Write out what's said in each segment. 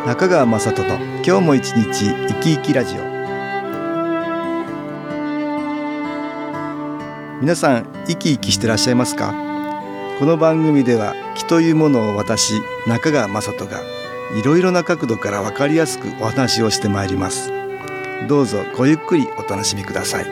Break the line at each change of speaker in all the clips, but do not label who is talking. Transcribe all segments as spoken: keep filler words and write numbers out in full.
中川雅人の今日も一日生き生きラジオ。皆さん生き生きしてらっしゃいますか？この番組では気というものを私中川雅人がいろいろな角度から分かりやすくお話をしてまいります。どうぞごゆっくりお楽しみください。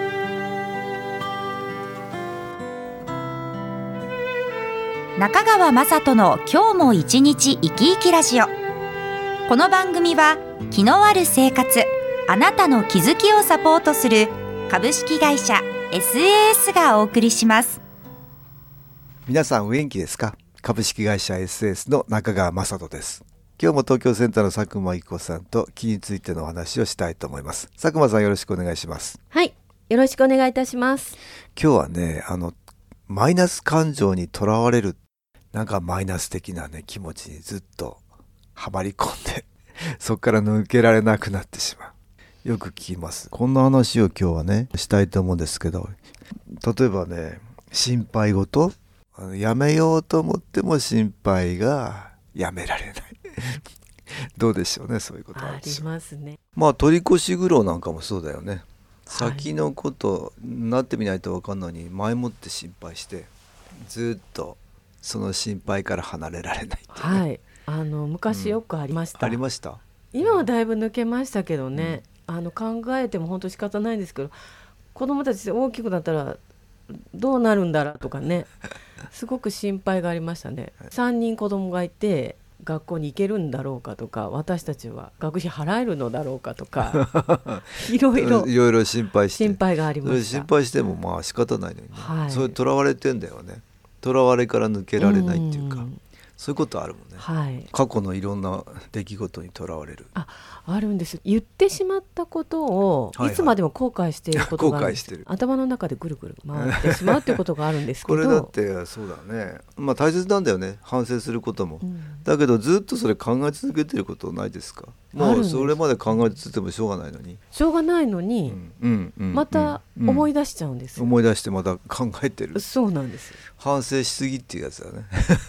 中川雅人の今日も一日生き生きラジオ。この番組は気のある生活、あなたの気づきをサポートする株式会社 エスエーエス がお送りします。
皆さんお元気ですか？株式会社 エスエーエス の中川雅人です。今日も東京センターの佐久間一子さんと気についてのお話をしたいと思います。佐久間さんよろしくお願いします。
はい、よろしくお願いいたします。
今日はね、あのマイナス感情にとらわれる、なんかマイナス的なね気持ちにずっとはまり込んでそこから抜けられなくなってしまう。よく聞きます。こんな話を今日はねしたいと思うんですけど、例えばね、心配事、あのやめようと思っても心配がやめられないどうでしょうね、そういうことあるでしょう。
ありますね。
まあ取り越し苦労なんかもそうだよね、
はい、
先のことなってみないと分かんないのに前もって心配してずっとその心配から離れられないっていうね。
はい、あの昔よくありました、
うん、ありました。
今はだいぶ抜けましたけどね、うん、あの考えても本当仕方ないんですけど、子供たち大きくなったらどうなるんだろうとかねすごく心配がありましたね。さんにん子供がいて学校に行けるんだろうかとか、私たちは学費払えるのだろうかとかいろいろ
いろいろ心配して
心配がありました。
心配してもまあ仕方ないのに、ね、
はい、そ
れとらわれてんだよね。とらわれから抜けられないっていうか、うん、そういうことあるもんね、
はい、
過去のいろんな出来事にとらわれる。
あ、あるんです。言ってしまったことをいつまでも後悔していることがあるんです、はいはい、頭の中でぐるぐる回ってしまうっていうことがあるんですけど
これだってそうだね、まあ大切なんだよね、反省することも、うん、だけどずっとそれ考え続けてることないですか？もうそれまで考え続けてもしょうがないのに
しょうがないのに、うんうんうん、また思い出しちゃうんですよ、
うん、思い出してまた考えてる。
そうなんですよ。
反省しすぎっていうやつだね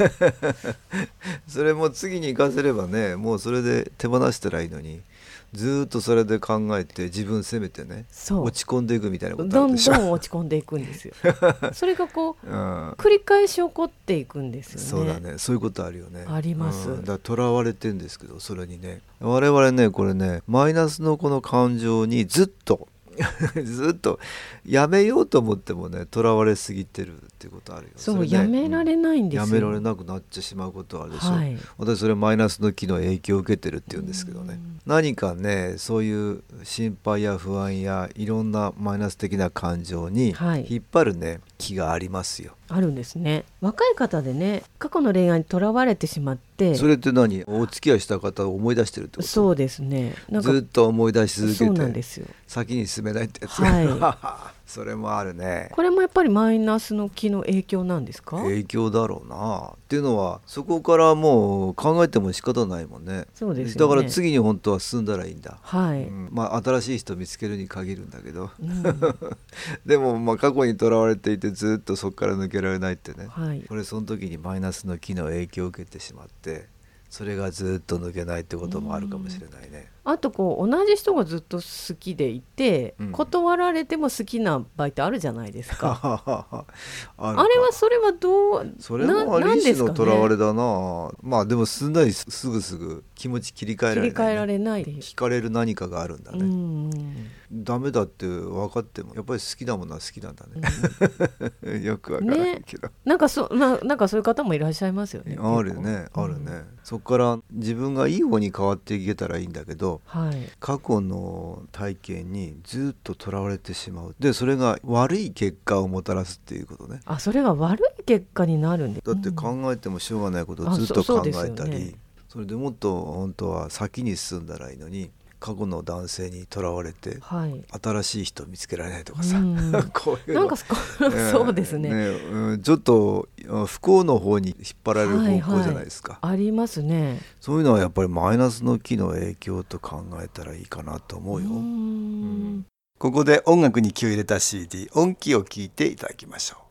それも次に生かせればね、もうそれで手放したらいいのに、ずっとそれで考えて自分責めてね、落ち込んでいくみたいなことあるでしょ。
どんどん落ち込んでいくんですよそれがこう、うん、繰り返し起こっていくんですよね。
そうだね、そういうことあるよね。
あります、
うん、だからとらわれてんですけど、それにね、我々ね、これね、マイナスのこの感情にずっとずっとやめようと思ってもね、とらわれすぎてるっていうことあるよ。
そう、
それね、
やめられないんですよ、
うん、やめられなくなってしまうことあるでしょ、はい、私それマイナスの気の影響を受けてるっていうんですけどね、何かね、そういう心配や不安やいろんなマイナス的な感情に引っ張るね、はい、気がありますよ。
あるんですね。若い方でね、過去の恋愛にとらわれてしまって、
それって何、お付き合いした方を思い出してるってこと？
そうですね、なんか
ずっと思い出し続けて、
そうなんですよ、
先に進めないってやつ、
はい
それもあるね。
これもやっぱりマイナスの気の影響なんですか？
影響だろうなっていうのは、そこからもう考えても仕方ないもんね。
そうですよね。
だから次に本当は進んだらいいんだ、
はい、
うん、まあ新しい人見つけるに限るんだけど、
うん、
でもまあ過去にとらわれていてずっとそこから抜けられないってね、
はい、
これその時にマイナスの気の影響を受けてしまって、それがずっと抜けないってこともあるかもしれないね。
あとこう同じ人がずっと好きでいて、うん、断られても好きな場合ってあるじゃないですかあ, あれはそれはどう、
それもある種のとらわれだな。まあでもすんなりすぐすぐ気持ち切り替えられない、ね、
切り替えられない、
惹かれる何かがあるんだね。うん、ダメだって分かってもやっぱり好きなものは好きなんだね、うん、よく分からないけど、ね、
なんかそ、まあ、なんかそういう方もいらっしゃいますよね。
あるね、あるね、うん、そこから自分がいい方に変わっていけたらいいんだけど、はい、過去の体験にずっととらわれてしまう。でそれが悪い結果をもたらすっていうことね。
あ、それが悪い結果になるんです。
だって考えてもしょうがないことをずっと考えたり、うん、そ, そ, それでもっと本当は先に進んだらいいのに、過去の男性にとらわれて、はい、新しい人見つけられないとかさ、うん、こういうの
なんかそうですね、
ね、うん、ちょっと不幸の方に引っ張られる方向じゃないですか、
はいはい、ありますね。
そういうのはやっぱりマイナスの気の影響と考えたらいいかなと思うよ。うんうん、ここで音楽に気を入れた シーディー 音気を聴いていただきましょう。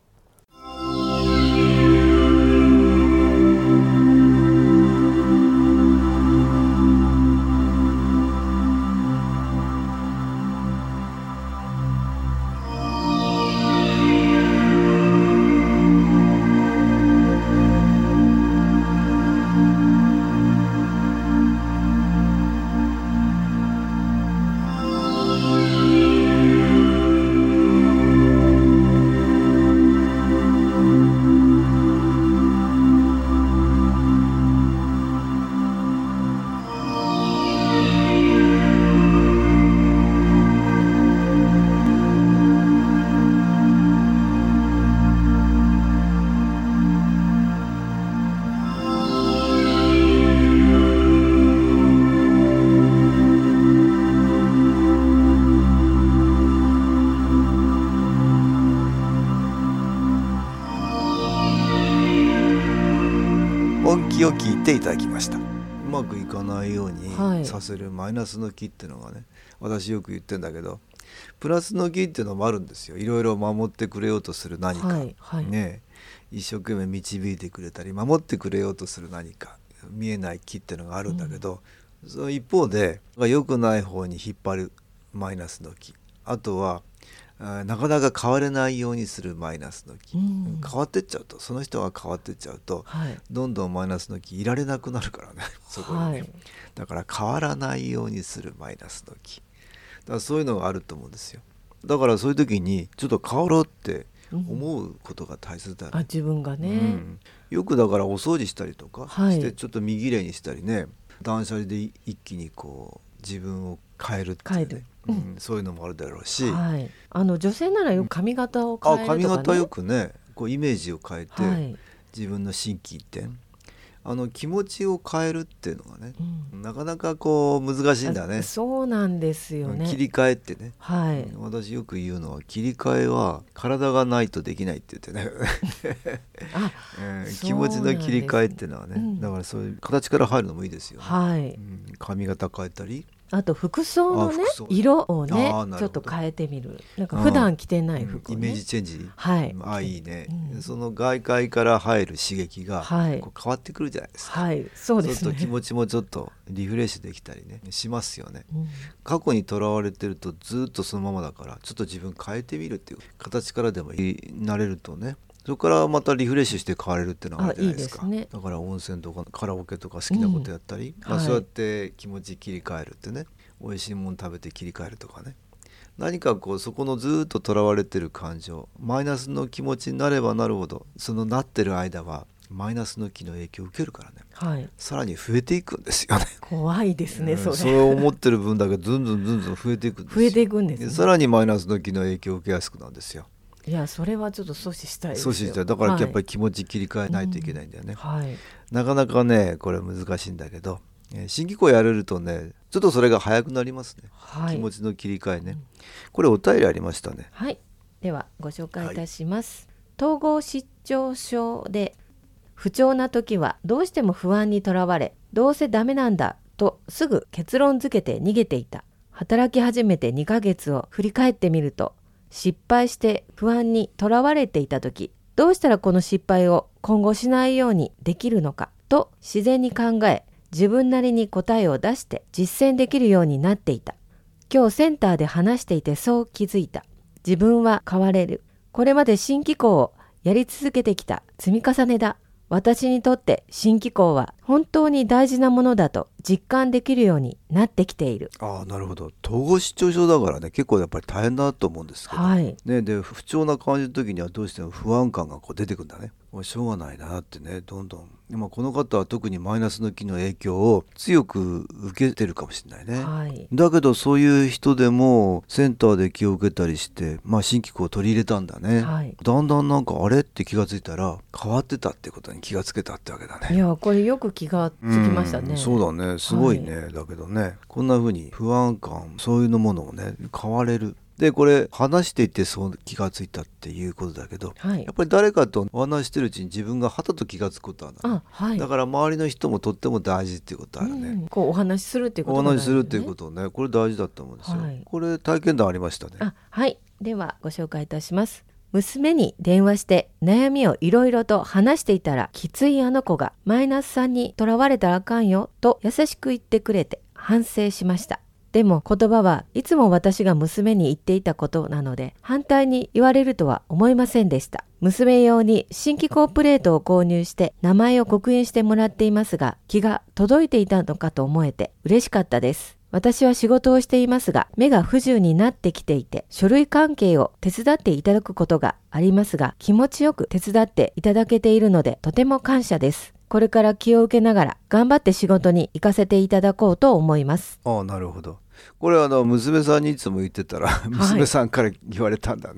気を聞いていただきました。うまくいかないよう
はい
にさせるマイナスの気っていうのがね、私よく言ってんだけど、プラスの気っていうのもあるんですよ。いろいろ守ってくれようとする何か、
はいはい
ね、一生懸命導いてくれたり守ってくれようとする何か、見えない気っていうのがあるんだけど、うん、その一方で良くない方に引っ張るマイナスの気、あとはあなかなか変われないようにするマイナスの気、うん、変わってっちゃうと、その人が変わってっちゃうと、はい、どんどんマイナスの気いられなくなるからねそこにね、はい、だから変わらないようにするマイナスの気、だからそういうのがあると思うんですよ。だからそういう時にちょっと変わろうって思うことが大切だね、
うん、あ自分がね、うん、
よくだからお掃除したりとかして、
はい、
ちょっと身綺麗にしたりね、断捨離で一気にこう自分を変えるっていうね、うん、そういうのもあるだろうし、
はい、あの女性ならよく髪型を変えるとかね、
あ髪型よくね、こうイメージを変えて、はい、自分の心機一転、あの気持ちを変えるっていうのがね、うん、なかなかこう難しいんだね。
そうなんですよね、
切り替えってね、
はい、
私よく言うのは、切り替えは体がないとできないって言ってねあ、うん、気持ちの切り替えっていうのはね、うん、だからそういう形から入るのもいいですよね、はい、うん、髪型変えたり、
あと服装のね色をねちょっと変えてみる、なんか普段着てない服を、ね、
イメージチェンジ、
はい、
あいいね、うん、その外界から入る刺激がこう変わってくるじゃないですか、
はい、そうですね、
ちょっと気持ちもちょっとリフレッシュできたりねしますよね、うん、過去にとらわれてるとずっとそのままだから、ちょっと自分変えてみるっていう形からでもなれるとね、そこからまたリフレッシュして変われるっていうのがあるじゃないですか。いいですね、だから温泉とかカラオケとか好きなことやったり、うん、まあ、そうやって気持ち切り替えるってね、美味しいもの食べて切り替えるとかね、何かこうそこのずっととらわれてる感情、マイナスの気持ちになればなるほど、そのなってる間はマイナスの気の影響を受けるからね、はい、さらに増えていくんですよね。
怖いですね、それ、うん、
それを思ってる分だけずんずんずんずん増えていくんですよ。
増えていくんですね。
さらにマイナスの気の影響を受けやすくなるんですよ。
いや、それはちょっと阻止したいですよ。
阻止したい。だからやっぱり気持ち切り替えないといけないんだよね、
はい、うん、はい、
なかなかねこれ難しいんだけど、えー、新機構やれるとねちょっとそれが早くなりますね、はい、気持ちの切り替えね、うん、これお便りありましたね。
はい、ではご紹介いたします、はい、統合失調症で不調な時はどうしても不安にとらわれ、どうせダメなんだとすぐ結論づけて逃げていた。働き始めてにかげつを振り返ってみると、失敗して不安にとらわれていた時、どうしたらこの失敗を今後しないようにできるのかと自然に考え、自分なりに答えを出して実践できるようになっていた。今日センターで話していてそう気づいた。自分は変われる。これまで新機構をやり続けてきた積み重ねだ。私にとって新機構は本当に大事なものだと実感できるようになってきている。
ああ、なるほど。統合失調症だからね、結構やっぱり大変だと思うんですけど、はい、ね、で不調な感じの時にはどうしても不安感がこう出てくるんだね。もうしょうがないなってね、どんどん今この方は特にマイナスの気の影響を強く受けてるかもしれないね、はい、だけどそういう人でもセンターで気を受けたりして、まあ、新機構を取り入れたんだね、はい、だんだんなんかあれって気がついたら変わってたってことに気がつけたってわけだね。
いや、これよく気がつきましたね。
うん、そうだね、すごいね、はい、だけどね、こんな風に不安感、そういうのものをね変われる。でこれ話していてそう気がついたっていうことだけど、はい、やっぱり誰かとお話してるうちに自分がはたと気がつくことはない、あ、はい、だから周りの人もとっても大事っていうことあるね、うん、
こうお話しするっていうこと
が大事、ね、お話しするっていうことをね、これ大事だと思うんですよ、はい、これ体験談ありましたね。
あ、はい、ではご紹介いたします。娘に電話して悩みをいろいろと話していたら、きついあの子がマイナスさんにとらわれたらあかんよと優しく言ってくれて反省しました。でも言葉はいつも私が娘に言っていたことなので、反対に言われるとは思いませんでした。娘用に新機構プレートを購入して名前を刻印してもらっていますが、気が届いていたのかと思えて嬉しかったです。私は仕事をしていますが、目が不自由になってきていて、書類関係を手伝っていただくことがありますが、気持ちよく手伝っていただけているのでとても感謝です。これから気を受けながら頑張って仕事に行かせていただこうと思います。
ああ、なるほど。これはあの娘さんにいつも言ってたら娘さんから言われたんだね、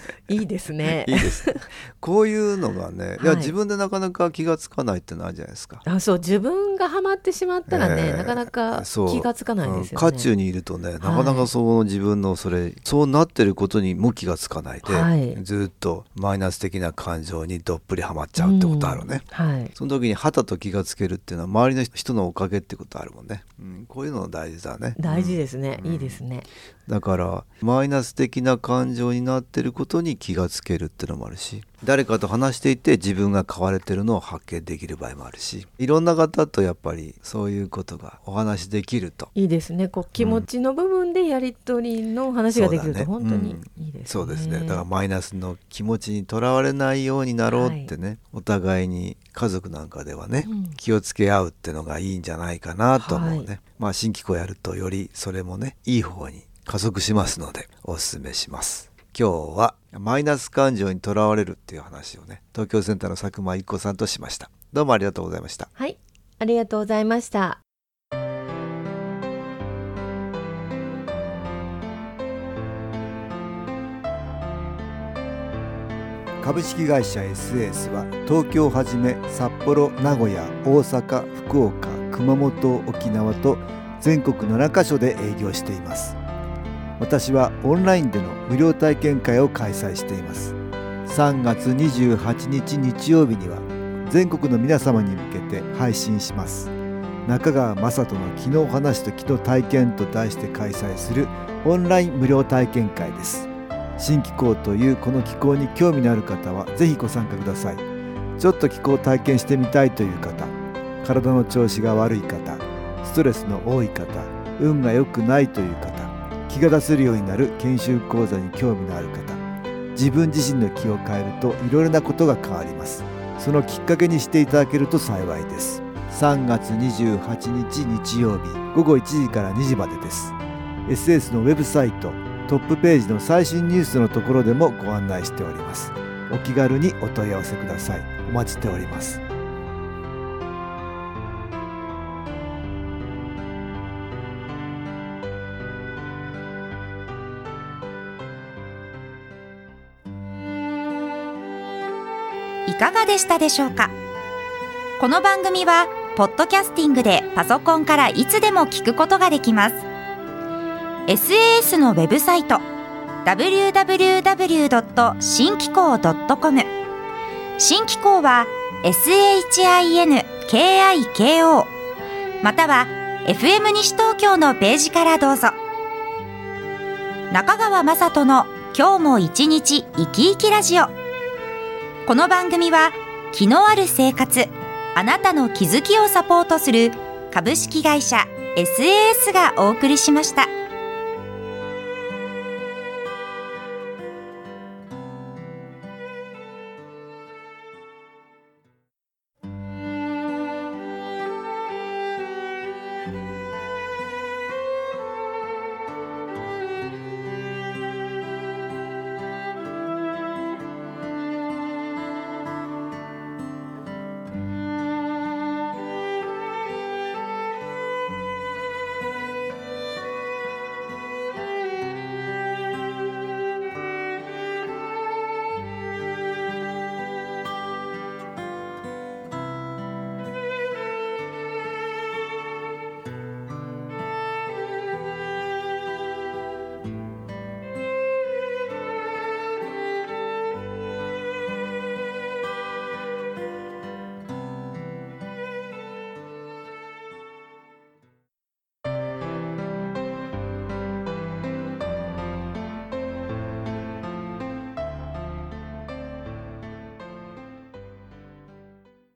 いいですね。
いいですね。こういうのがね、いや、
はい
自分でなかなか気がつかないってのあるじゃないですか。
あ、そう、自分がハマってしまったらね、
えー
なかなか
そう
気がつかないですよね。
うん渦中にいるとね、なかなかその自分のそれ、そうなってることにも気がつかないで、
はい
ずっとマイナス的な感情にどっぷりハマっちゃうってことあるね。
うんはい、
その時にはたと気がつけるっていうのは周りの人のおかげってことあるもんね、うん、こういうの大事だね。
大事ですね、
うん
いいですね。
だからマイナス的な感情になってることに気がつけるっていうのもあるし、誰かと話していて自分が変われてるのを発見できる場合もあるし、いろんな方とやっぱりそういうことがお話できると
いいですね。こう気持ちの部分でやり取りの話ができると本当にいいですね。
そうですね。だからマイナスの気持ちにとらわれないようになろうってね、はい、お互いに家族なんかではね、うん、気をつけ合うってのがいいんじゃないかなと思うね、はい、まあ新機構やるとよりそれもねいい方に加速しますのでお勧めします。今日はマイナス感情にとらわれるっていう話をね、東京センターの佐久間一子さんとしました。どうもありがとうございました。
はい、ありがとうございました。
株式会社 エスエーエス は東京をはじめ札幌、名古屋、大阪、福岡、熊本、沖縄と全国ななカ所で営業しています。私はオンラインでの無料体験会を開催しています。さんがつにじゅうはちにち日曜日には全国の皆様に向けて配信します。中川雅人の気の話と気の体験と題して開催するオンライン無料体験会です。新気候というこの気候に興味のある方はぜひご参加ください。ちょっと気候を体験してみたいという方、体の調子が悪い方、ストレスの多い方、運が良くないという方、気が出せるようになる研修講座に興味のある方、自分自身の気を変えるといろいろなことが変わります。そのきっかけにしていただけると幸いです。さんがつにじゅうはちにち日曜日ごごいちじからにじまでです。 エスエス のウェブサイトトップページの最新ニュースのところでもご案内しております。お気軽にお問い合わせください。お待ちしております。
いかがでしたでしょうか。この番組はポッドキャスティングでパソコンからいつでも聞くことができます。 エスエーエス のウェブサイト ダブリューダブリューダブリュードットシンキコードットコム、 新気候は エスエイチアイエヌケーアイケーオー または エフエム 西東京のページからどうぞ。中川雅人の今日も一日生き生きラジオ。この番組は気のある生活、あなたの気づきをサポートする株式会社 エスエーエス がお送りしました。